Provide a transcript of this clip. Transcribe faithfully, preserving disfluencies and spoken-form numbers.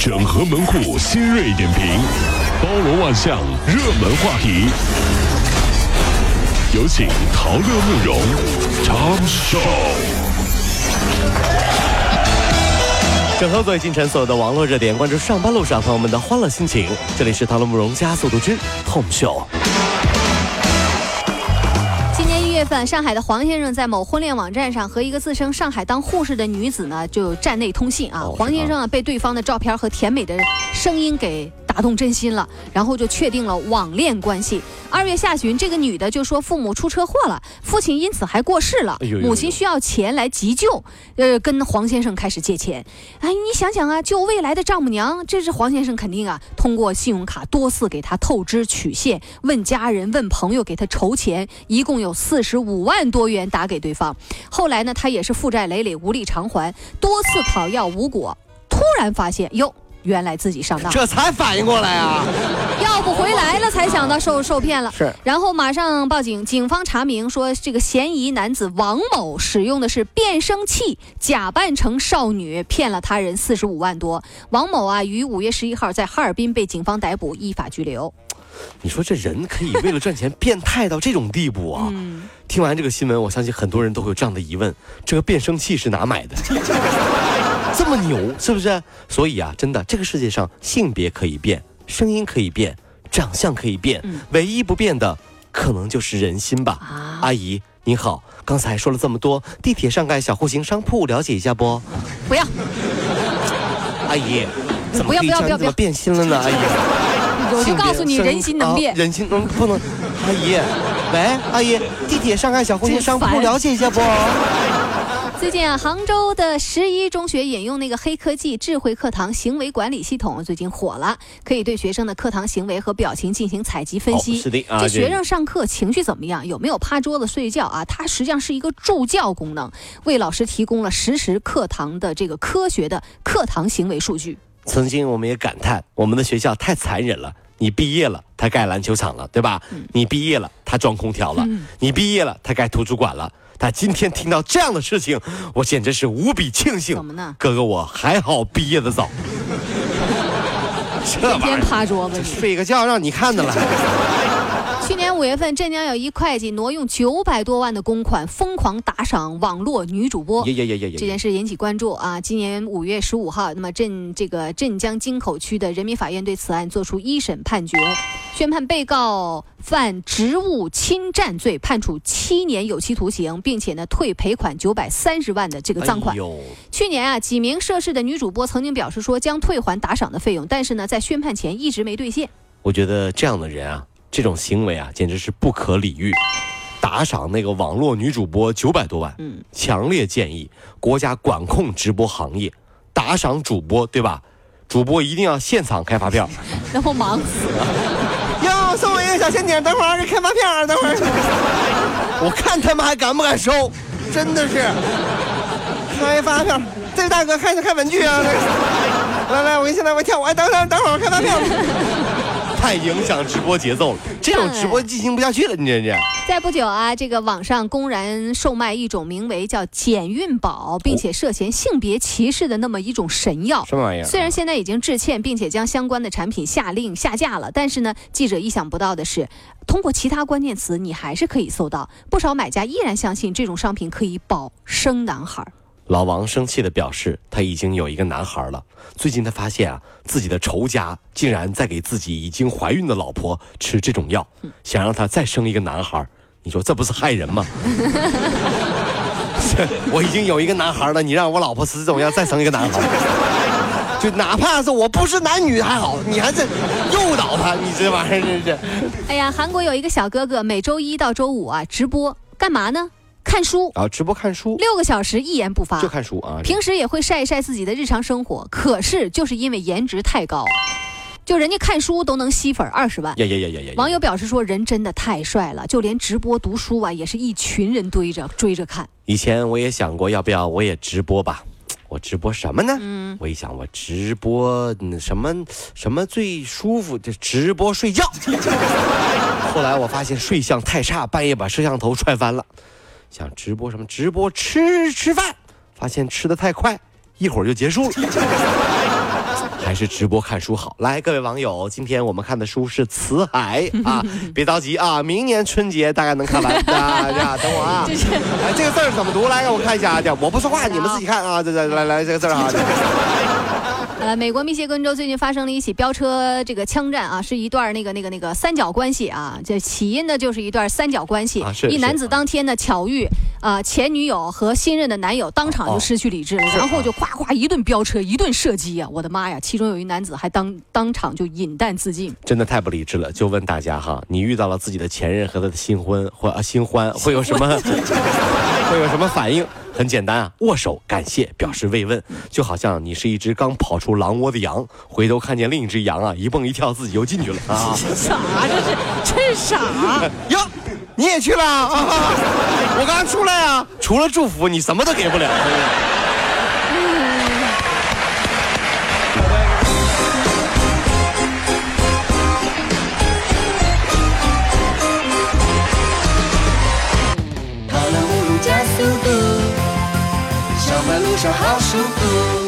整合门户新锐点评，包罗万象，热门话题。有请陶乐慕容长寿。 整合最近晨所有的网络热点，关注上班路上朋友们的欢乐心情。这里是陶乐慕容加速度之 Home Show。 今年一月份，上海的黄先生在某婚恋网站上和一个自称上海当护士的女子呢，就站内通信啊。 哦、 黄先生啊被对方的照片和甜美的声音给打动真心了，然后就确定了网恋关系。二月下旬，这个女的就说父母出车祸了，父亲因此还过世了， 哎呦呦呦母亲需要钱来急救，呃，跟黄先生开始借钱。哎，你想想啊，救未来的丈母娘，这是黄先生肯定啊，通过信用卡多次给她透支取现，问家人问朋友给她筹钱，一共有四十五万多元打给对方。后来呢，他也是负债累累，无力偿还，多次讨要无果，突然发现哟。原来自己上当， 这才反应过来啊！ 要不回来了才想到受受骗了。 是， 然后马上报警，警方查明说，这个嫌疑男子王某使用的是变声器，假扮成少女，骗了他人四十五万多。王某啊，于五月十一号在哈尔滨被警方逮捕，依法拘留。 你说这人可以为了赚钱变态到这种地步啊！嗯、听完这个新闻，我相信很多人都会有这样的疑问：这个变声器是哪买的？这么牛是不是？所以啊，真的，这个世界上性别可以变，声音可以变，长相可以变，嗯、唯一不变的可能就是人心吧。啊、阿姨您好，刚才说了这么多，地铁上盖小户型商铺了解一下不？ 不要。 阿姨，怎么可以这样这么变心了呢？阿姨， 我就告诉你，人心能变， 啊、人心能不能？阿姨，喂，阿姨，地铁上盖小户型商铺了解一下不？ 最近啊，杭州的十一中学引用那个黑科技智慧课堂行为管理系统，最近火了，可以对学生的课堂行为和表情进行采集分析。 哦、是的啊， 这学生上课情绪怎么样，有没有趴桌子睡觉啊？它实际上是一个助教功能，为老师提供了实时课堂的这个科学的课堂行为数据。 曾经我们也感叹，我们的学校太残忍了。你毕业了，他盖篮球场了，对吧？嗯、你毕业了，他装空调了；嗯、你毕业了，他盖图书馆了。但今天听到这样的事情，我简直是无比庆幸。 怎么呢？ 哥哥，我还好毕业的早。 这玩意儿天天趴桌子， 睡个觉让你看的了。 去年五月份，镇江有一会计挪用九百多万的公款，疯狂打赏网络女主播。这件事引起关注啊！今年五月十五号，那么镇这个镇江京口区的人民法院对此案作出一审判决，宣判被告犯职务侵占罪，判处七年有期徒刑，并且呢退赔款九百三十万的这个赃款。哎、去年啊，几名涉事的女主播曾经表示说将退还打赏的费用，但是呢，在宣判前一直没兑现。我觉得这样的人啊。这种行为啊，简直是不可理喻！打赏那个网络女主播九百多万，嗯，强烈建议国家管控直播行业，打赏主播，对吧？主播一定要现场开发票， 然后忙死了。 哟，送我一个小仙女，等会儿给开发票，等会儿。我看他们还敢不敢收？真的是开发票，这位大哥开开文具啊！来来，我现在我跳舞，哎，等等等会儿开发票。太影响直播节奏了，这种直播进行不下去了，你这这。 在不久啊，这个网上公然售卖一种名为叫减孕宝，并且涉嫌性别歧视的那么一种神药。 什么玩意儿？ 虽然现在已经致歉，并且将相关的产品下令下架了，但是呢，记者意想不到的是，通过其他关键词，你还是可以搜到，不少买家依然相信这种商品可以保生男孩。 老王生气地表示，他已经有一个男孩了。最近他发现啊，自己的仇家竟然在给自己已经怀孕的老婆吃这种药，想让他再生一个男孩。你说这不是害人吗？我已经有一个男孩了，你让我老婆吃这种药再生一个男孩，就哪怕是我不是男女还好，你还是诱导他，你这玩意儿真是。 哎呀，韩国有一个小哥哥，每周一到周五啊直播干嘛呢？看书啊，直播看书， 六个小时一言不发， 就看书啊。 平时也会晒一晒自己的日常生活，可是就是因为颜值太高，就人家看书都能吸粉二十万。 呀呀呀呀呀！ 网友表示说，人真的太帅了，就连直播读书啊，也是一群人堆着追着看。 以前我也想过，要不要我也直播吧？我直播什么呢？嗯，我一想，我直播什么什么最舒服？就直播睡觉。后来我发现睡相太差，半夜把摄像头踹翻了。想直播什么？直播吃吃饭，发现吃得太快，一会儿就结束了。 还是直播看书好？来，各位网友，今天我们看的书是《辞海》啊，别着急啊，明年春节大概能看完啊呀，等我啊。哎，这个字儿怎么读？来，让我看一下。我不说话，你们自己看啊。这这来来这个字儿啊。 呃，美国密歇根州最近发生了一起飙车这个枪战啊，是一段那个那个那个三角关系啊，这起因呢就是一段三角关系。啊、一男子当天呢巧遇啊、呃、前女友和新任的男友，当场就失去理智了，哦、然后就哗哗一顿飙车，一顿射击啊！我的妈呀，其中有一男子还当当场就饮弹自尽， 真的太不理智了。就问大家哈，你遇到了自己的前任和他的新婚或啊新欢，会有什么会有什么反应？很简单啊，握手感谢，表示慰问，就好像你是一只刚跑出狼窝的羊，回头看见另一只羊啊，一蹦一跳自己又进去了啊！ 傻，这是这是傻哟，你也去了啊？我刚出来啊，除了祝福，你什么都给不了。 路上好舒服。